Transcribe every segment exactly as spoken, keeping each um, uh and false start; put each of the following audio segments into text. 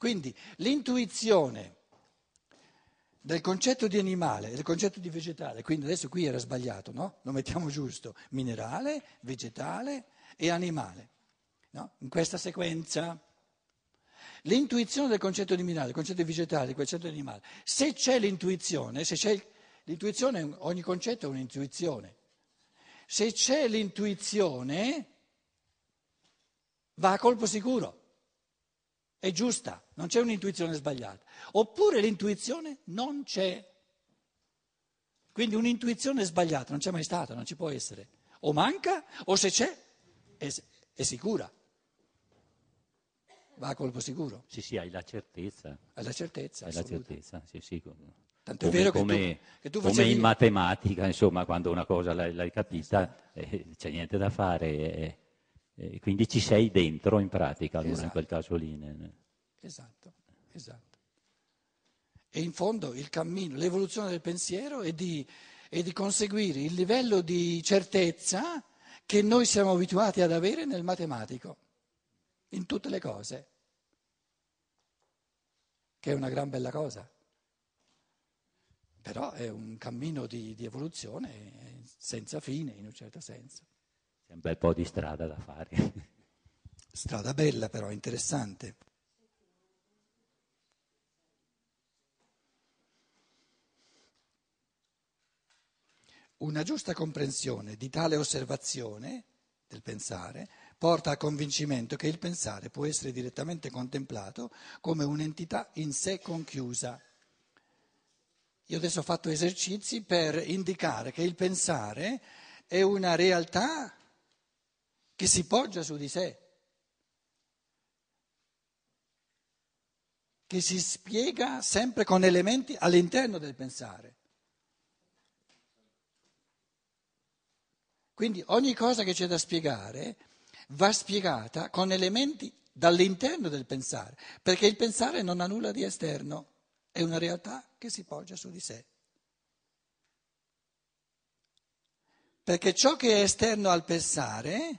Quindi l'intuizione del concetto di animale e del concetto di vegetale, quindi adesso qui era sbagliato, no? Lo mettiamo giusto, minerale, vegetale e animale, no? In questa sequenza. L'intuizione del concetto di minerale, del concetto di vegetale, del concetto di animale. Se c'è l'intuizione, se c'è l'intuizione, ogni concetto è un'intuizione. Se c'è l'intuizione, va a colpo sicuro, è giusta, non c'è un'intuizione sbagliata. Oppure l'intuizione non c'è. Quindi un'intuizione sbagliata non c'è mai stata, non ci può essere. O manca, o se c'è, è, è sicura. Va a colpo sicuro. Sì, sì, hai la certezza. Hai la certezza Hai la assoluta. certezza, sì, sì. Tanto è Come, vero che come, tu, che tu come facevi... in matematica, insomma, quando una cosa l'hai, l'hai capita, eh, c'è niente da fare. Eh, eh, quindi ci sei dentro in pratica, allora, Esatto, in quel caso lì. Ne- esatto, esatto. E in fondo il cammino, l'evoluzione del pensiero è di, è di conseguire il livello di certezza che noi siamo abituati ad avere nel matematico, in tutte le cose, che è una gran bella cosa. Però è un cammino di, di evoluzione senza fine, in un certo senso. C'è un bel po' di strada da fare. Strada bella però, interessante. Una giusta comprensione di tale osservazione del pensare porta al convincimento che il pensare può essere direttamente contemplato come un'entità in sé conchiusa. Io adesso ho fatto esercizi per indicare che il pensare è una realtà che si poggia su di sé, che si spiega sempre con elementi all'interno del pensare. Quindi ogni cosa che c'è da spiegare va spiegata con elementi dall'interno del pensare, perché il pensare non ha nulla di esterno, è una realtà che si poggia su di sé. Perché ciò che è esterno al pensare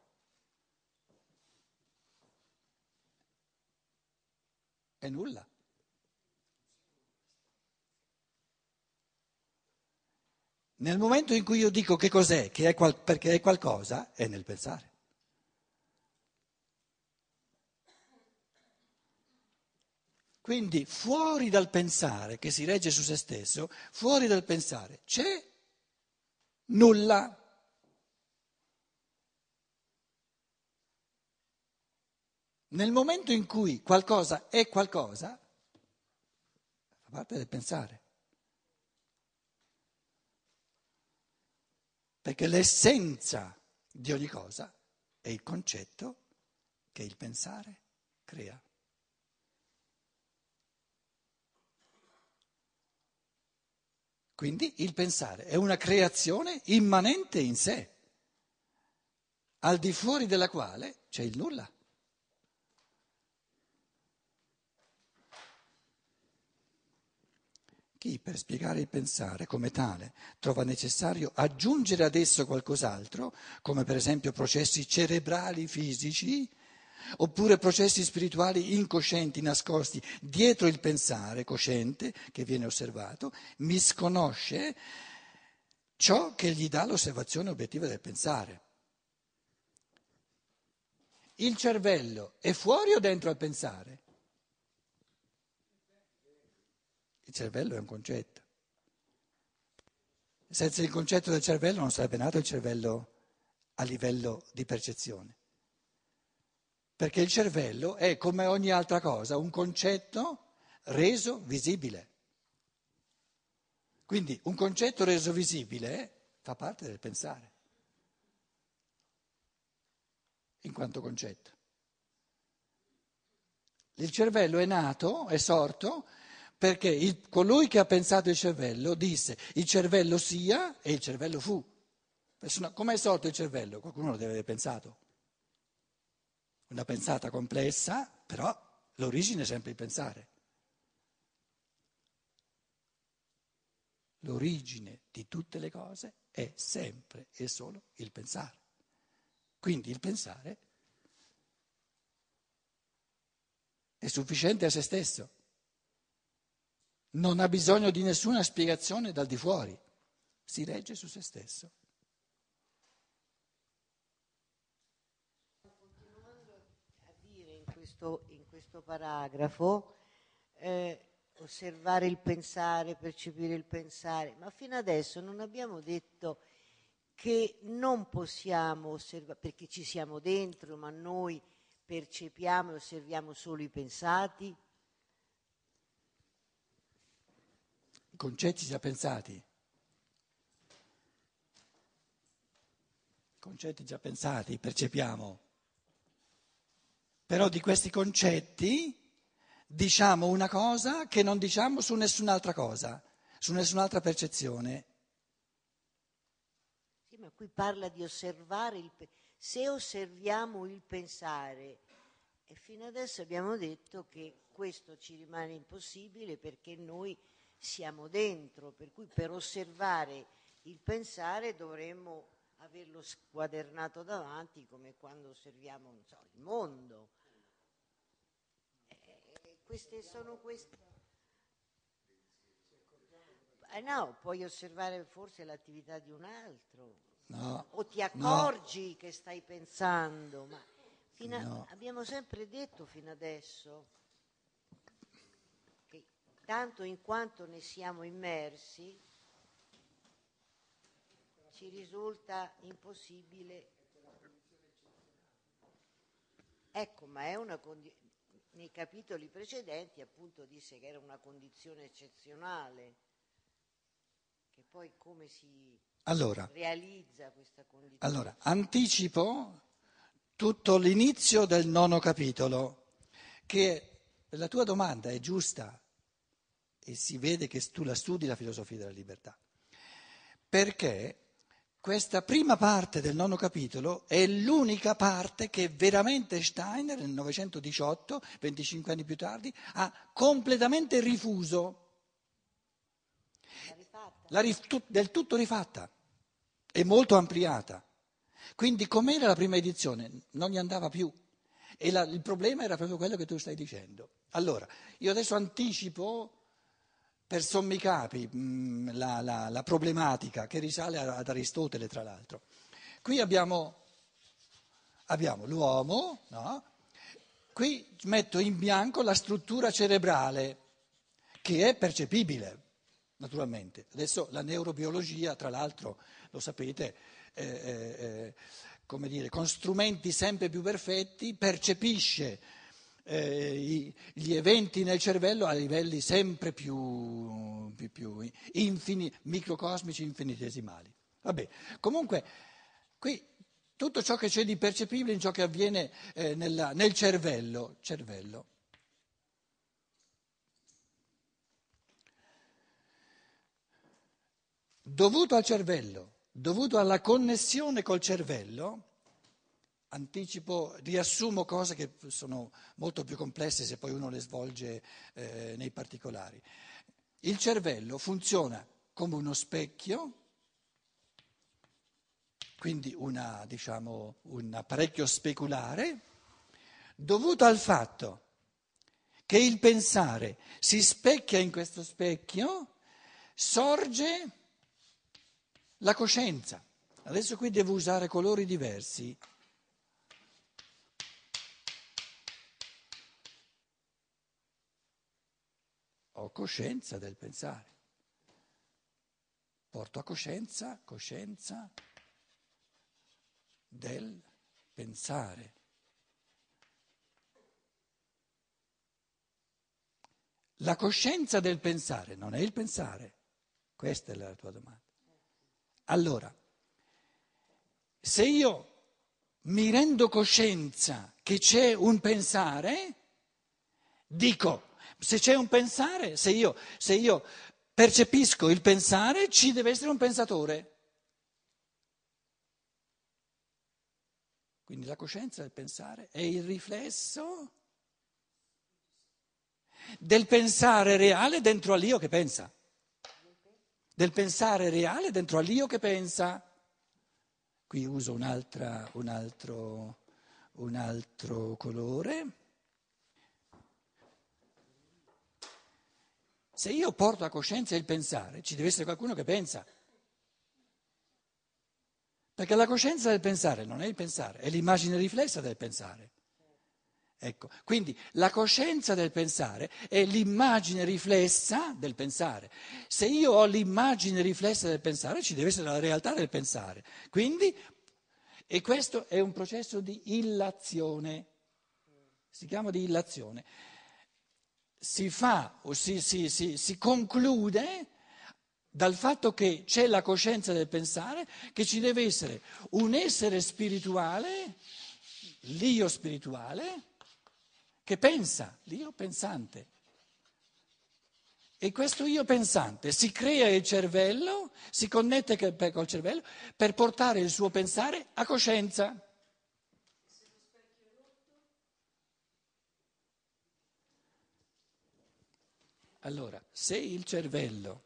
è nulla. Nel momento in cui io dico che cos'è, che è qual- perché è qualcosa, è nel pensare. Quindi fuori dal pensare che si regge su se stesso, fuori dal pensare c'è nulla. Nel momento in cui qualcosa è qualcosa, fa parte del pensare. Perché l'essenza di ogni cosa è il concetto che il pensare crea. Quindi il pensare è una creazione immanente in sé, al di fuori della quale c'è il nulla. Chi per spiegare il pensare come tale trova necessario aggiungere ad esso qualcos'altro, come per esempio processi cerebrali fisici, oppure processi spirituali incoscienti nascosti dietro il pensare cosciente che viene osservato, misconosce ciò che gli dà l'osservazione obiettiva del pensare. Il cervello è fuori o dentro al pensare? Il cervello è un concetto. Senza il concetto del cervello non sarebbe nato il cervello a livello di percezione. Perché il cervello è, come ogni altra cosa, un concetto reso visibile. Quindi un concetto reso visibile fa parte del pensare, in quanto concetto. Il cervello è nato, è sorto, perché il, colui che ha pensato il cervello disse il cervello sia e il cervello fu. Come è sorto il cervello? Qualcuno lo deve aver pensato. Una pensata complessa, però l'origine è sempre il pensare. L'origine di tutte le cose è sempre e solo il pensare. Quindi il pensare è sufficiente a se stesso, non ha bisogno di nessuna spiegazione dal di fuori, si regge su se stesso. Continuando a dire in questo, in questo paragrafo, eh, osservare il pensare, percepire il pensare, ma fino adesso non abbiamo detto che non possiamo osservare, perché ci siamo dentro, ma noi percepiamo e osserviamo solo i pensati? Concetti già pensati. Concetti già pensati, percepiamo. Però di questi concetti diciamo una cosa che non diciamo su nessun'altra cosa, su nessun'altra percezione. Sì, ma qui parla di osservare il pensare. Se osserviamo il pensare, e fino adesso abbiamo detto che questo ci rimane impossibile perché noi siamo dentro, per cui per osservare il pensare dovremmo averlo squadernato davanti come quando osserviamo, non so, il mondo. Eh, queste sono queste. Eh no, puoi osservare forse l'attività di un altro. No, O ti no, accorgi che stai pensando, ma fino a- no. abbiamo sempre detto fino adesso che tanto in quanto ne siamo immersi ci risulta impossibile. Ecco, ma è una condizione. Nei capitoli precedenti appunto disse che era una condizione eccezionale, che poi come si Allora, realizza questa condizione? allora, anticipo tutto l'inizio del nono capitolo, che la tua domanda è giusta e si vede che tu la studi la filosofia della libertà, perché questa prima parte del nono capitolo è l'unica parte che veramente Steiner nel novecentodiciotto, venticinque anni più tardi, ha completamente rifuso, L'ha rifatta? l'ha rif- tut- del tutto rifatta e molto ampliata. Quindi com'era la prima edizione? Non gli andava più. E la- il problema era proprio quello che tu stai dicendo. Allora, io adesso anticipo per sommi capi mh, la, la- la problematica che risale a- ad Aristotele, tra l'altro. Qui abbiamo, abbiamo l'uomo, no? Qui metto in bianco la struttura cerebrale, che è percepibile, naturalmente. Adesso la neurobiologia, tra l'altro, lo sapete, eh, eh, eh, come dire, con strumenti sempre più perfetti percepisce eh, i- gli eventi nel cervello a livelli sempre più, più, più infini- microcosmici, infinitesimali. Vabbè, comunque, qui tutto ciò che c'è di percepibile in ciò che avviene eh, nella- nel cervello, cervello. Dovuto al cervello, dovuto alla connessione col cervello, anticipo, riassumo cose che sono molto più complesse se poi uno le svolge eh, nei particolari. Il cervello funziona come uno specchio, quindi una, diciamo, un apparecchio speculare, dovuto al fatto che il pensare si specchia in questo specchio, sorge la coscienza. Adesso qui devo usare colori diversi. Ho coscienza del pensare. Porto a coscienza, coscienza del pensare. La coscienza del pensare non è il pensare. Questa è la tua domanda. Allora, se io mi rendo coscienza che c'è un pensare, dico, se c'è un pensare, se io, se io percepisco il pensare, ci deve essere un pensatore. Quindi la coscienza del pensare è il riflesso del pensare reale dentro all'io che pensa. Del pensare reale dentro all'io che pensa. Qui uso un'altra, un altro, un altro colore. Se io porto a coscienza il pensare, ci deve essere qualcuno che pensa. Perché la coscienza del pensare non è il pensare, è l'immagine riflessa del pensare. Ecco, quindi la coscienza del pensare è l'immagine riflessa del pensare. Se io ho l'immagine riflessa del pensare, ci deve essere la realtà del pensare. Quindi, e questo è un processo di illazione, si chiama di illazione. Si fa o si, si, si, si conclude dal fatto che c'è la coscienza del pensare, che ci deve essere un essere spirituale, l'io spirituale, che pensa, l'io pensante. E questo io pensante si crea il cervello, si connette col cervello per portare il suo pensare a coscienza. Allora, se il cervello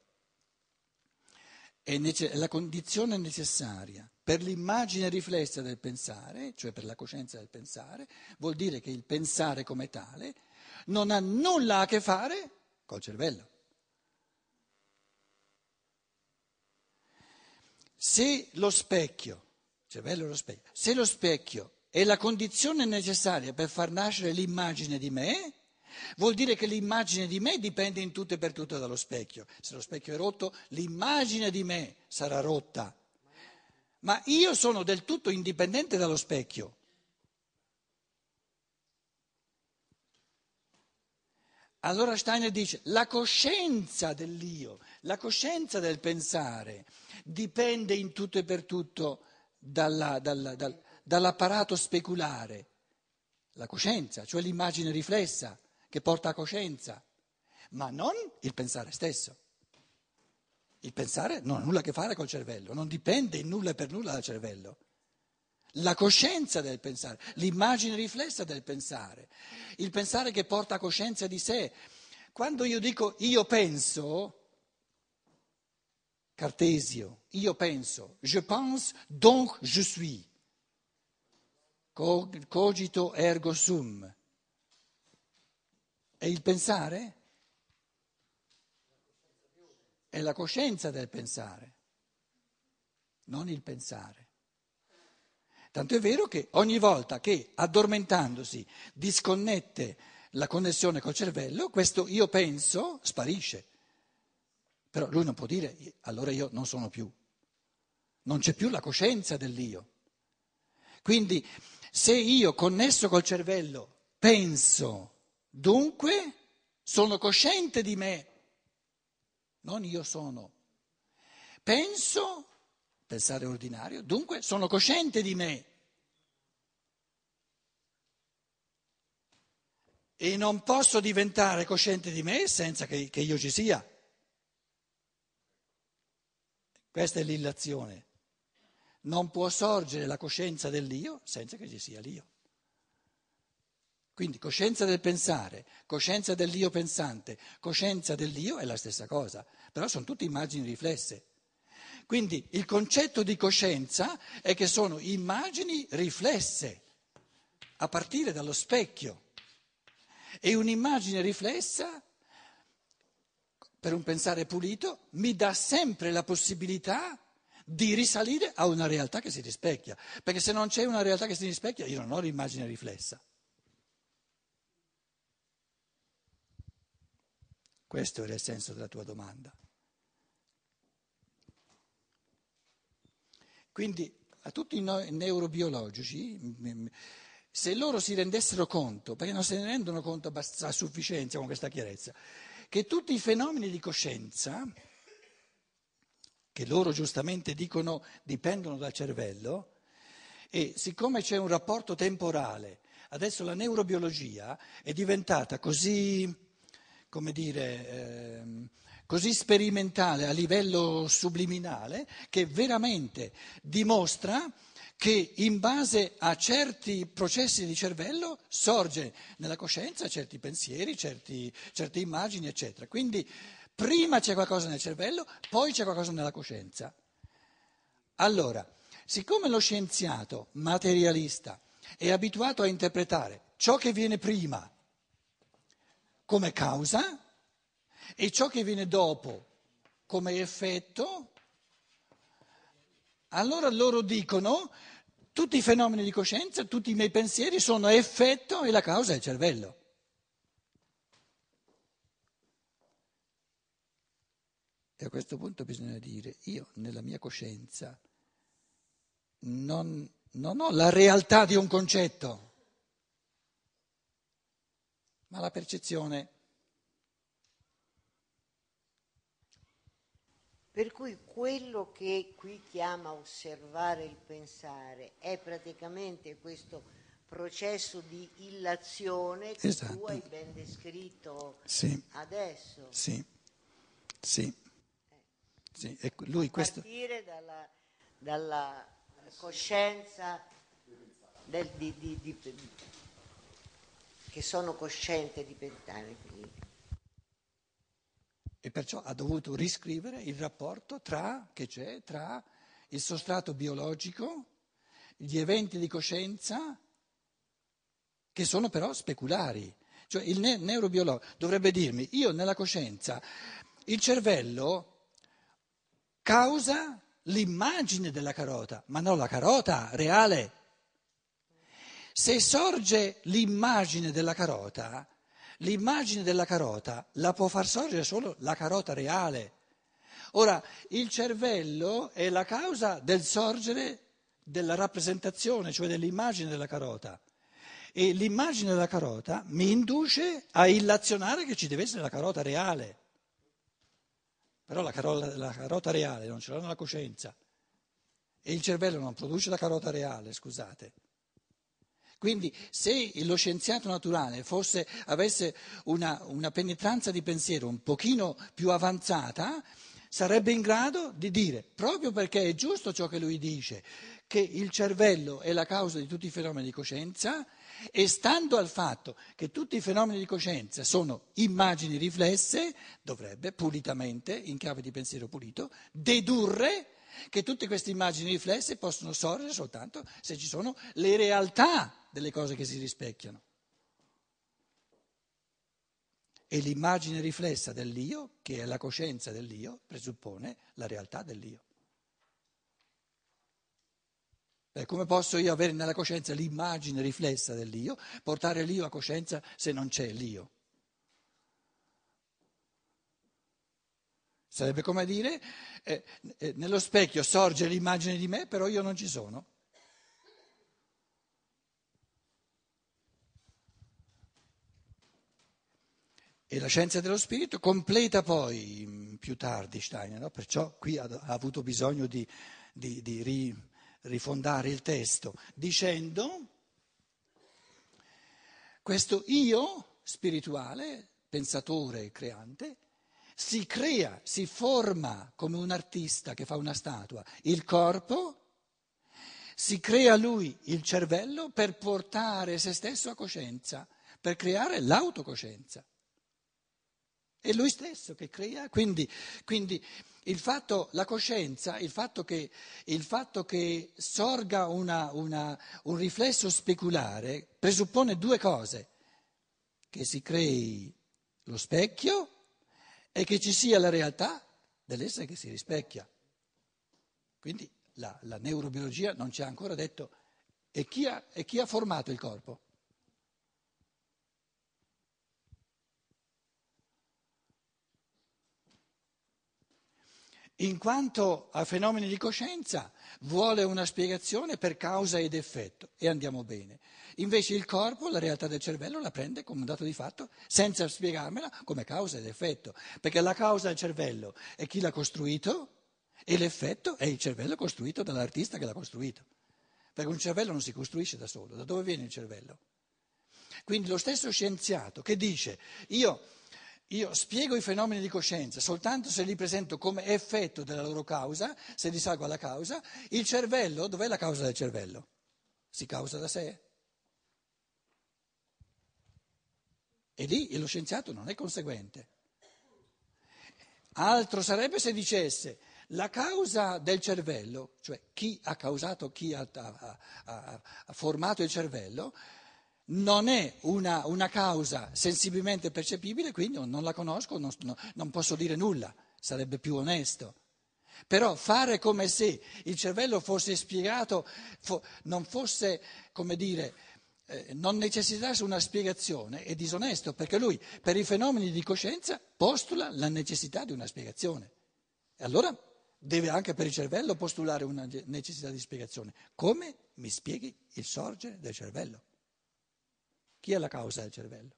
è nece- la condizione necessaria per l'immagine riflessa del pensare, cioè per la coscienza del pensare, vuol dire che il pensare come tale non ha nulla a che fare col cervello. Se lo specchio, cervello è lo specchio, se lo specchio è la condizione necessaria per far nascere l'immagine di me, vuol dire che l'immagine di me dipende in tutto e per tutto dallo specchio. Se lo specchio è rotto, l'immagine di me sarà rotta. Ma io sono del tutto indipendente dallo specchio. Allora Steiner dice, la coscienza dell'io, la coscienza del pensare dipende in tutto e per tutto dalla, dalla, dal, dall'apparato speculare, la coscienza, cioè l'immagine riflessa che porta a coscienza, ma non il pensare stesso. Il pensare non ha nulla a che fare col cervello, non dipende in nulla e per nulla dal cervello. La coscienza del pensare, l'immagine riflessa del pensare, il pensare che porta a coscienza di sé. Quando io dico io penso, Cartesio, io penso, je pense donc je suis, cogito ergo sum, è il pensare? È la coscienza del pensare, non il pensare. Tanto è vero che ogni volta che addormentandosi disconnette la connessione col cervello, questo io penso sparisce. Però lui non può dire allora io non sono più, non c'è più la coscienza dell'io. Quindi se io connesso col cervello penso, dunque sono cosciente di me, non io sono. Penso, pensare ordinario, dunque sono cosciente di me. E non posso diventare cosciente di me senza che, che io ci sia. Questa è l'illazione. Non può sorgere la coscienza dell'io senza che ci sia l'io. Quindi coscienza del pensare, coscienza dell'io pensante, coscienza dell'io è la stessa cosa, però sono tutte immagini riflesse. Quindi il concetto di coscienza è che sono immagini riflesse a partire dallo specchio. E un'immagine riflessa, per un pensare pulito, mi dà sempre la possibilità di risalire a una realtà che si rispecchia. Perché se non c'è una realtà che si rispecchia, io non ho l'immagine riflessa. Questo era il senso della tua domanda. Quindi a tutti i neurobiologici, se loro si rendessero conto, perché non se ne rendono conto a sufficienza con questa chiarezza, che tutti i fenomeni di coscienza, che loro giustamente dicono dipendono dal cervello, e siccome c'è un rapporto temporale, adesso la neurobiologia è diventata così, come dire, ehm, così sperimentale a livello subliminale che veramente dimostra che in base a certi processi di cervello sorge nella coscienza certi pensieri, certi, certe immagini, eccetera. Quindi prima c'è qualcosa nel cervello, poi c'è qualcosa nella coscienza. Allora, siccome lo scienziato materialista è abituato a interpretare ciò che viene prima come causa e ciò che viene dopo come effetto, allora loro dicono tutti i fenomeni di coscienza, tutti i miei pensieri sono effetto e la causa è il cervello. E a questo punto bisogna dire, io nella mia coscienza non, non ho la realtà di un concetto, ma la percezione. Per cui quello che qui chiama osservare il pensare è praticamente questo processo di illazione che Esatto. tu hai ben descritto Sì, adesso. sì, sì. Sì, e lui A questo... partire dalla, dalla coscienza del, di, di, di, che sono cosciente di pensare. E perciò ha dovuto riscrivere il rapporto tra, che c'è tra il sostrato biologico, gli eventi di coscienza, che sono però speculari. Cioè il ne- neurobiologo dovrebbe dirmi, io nella coscienza, il cervello causa l'immagine della carota, ma non la carota reale. Se sorge l'immagine della carota, l'immagine della carota la può far sorgere solo la carota reale. Ora, il cervello è la causa del sorgere della rappresentazione, cioè dell'immagine della carota. E l'immagine della carota mi induce a illazionare che ci deve essere la carota reale. Però la carota, la carota reale non ce l'ho nella coscienza. E il cervello non produce la carota reale, scusate. Quindi se lo scienziato naturale fosse, avesse una, una penetranza di pensiero un pochino più avanzata, sarebbe in grado di dire, proprio perché è giusto ciò che lui dice, che il cervello è la causa di tutti i fenomeni di coscienza, e stando al fatto che tutti i fenomeni di coscienza sono immagini riflesse, dovrebbe pulitamente, in chiave di pensiero pulito, dedurre che tutte queste immagini riflesse possono sorgere soltanto se ci sono le realtà delle cose che si rispecchiano. E l'immagine riflessa dell'io, che è la coscienza dell'io, presuppone la realtà dell'io. Beh, come posso io avere nella coscienza l'immagine riflessa dell'io, portare l'io a coscienza se non c'è l'io? Sarebbe come dire, eh, eh, nello specchio sorge l'immagine di me, però io non ci sono. E la scienza dello spirito completa poi mh, più tardi Steiner, no? Perciò qui ha, ha avuto bisogno di, di, di ri, rifondare il testo, dicendo questo io spirituale, pensatore e creante, si crea, si forma come un artista che fa una statua, il corpo, si crea lui il cervello per portare se stesso a coscienza, per creare l'autocoscienza. È lui stesso che crea, quindi, quindi il fatto, la coscienza, il fatto che, il fatto che sorga una, una, un riflesso speculare presuppone due cose, che si crei lo specchio e che ci sia la realtà dell'essere che si rispecchia. Quindi la, la neurobiologia non ci ha ancora detto e chi ha, e chi ha formato il corpo? In quanto a fenomeni di coscienza vuole una spiegazione per causa ed effetto e andiamo bene. Invece il corpo, la realtà del cervello, la prende come un dato di fatto senza spiegarmela come causa ed effetto, perché la causa del cervello è chi l'ha costruito e l'effetto è il cervello costruito dall'artista che l'ha costruito. Perché un cervello non si costruisce da solo, da dove viene il cervello? Quindi lo stesso scienziato che dice io... Io spiego i fenomeni di coscienza soltanto se li presento come effetto della loro causa, se risalgo alla causa, il cervello, dov'è la causa del cervello? Si causa da sé. E lì lo scienziato non è conseguente. Altro sarebbe se dicesse la causa del cervello, cioè chi ha causato, chi ha, ha, ha, ha formato il cervello, non è una, una causa sensibilmente percepibile, quindi non la conosco, non, non posso dire nulla, sarebbe più onesto. Però fare come se il cervello fosse spiegato, fo, non fosse, come dire, eh, non necessitasse una spiegazione, è disonesto, perché lui per i fenomeni di coscienza postula la necessità di una spiegazione. E allora deve anche per il cervello postulare una necessità di spiegazione. Come mi spieghi il sorgere del cervello? Chi è la causa del cervello?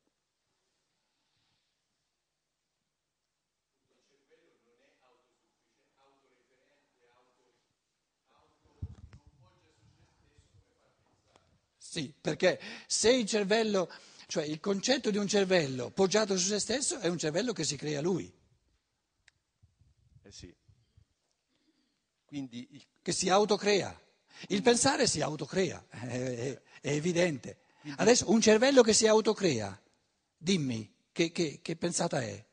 Sì, perché se il cervello, cioè il concetto di un cervello poggiato su se stesso è un cervello che si crea lui. Eh sì. Quindi il... Che si autocrea. Il pensare si autocrea, è, è, è evidente. Adesso un cervello che si autocrea, dimmi, che, che, che pensata è?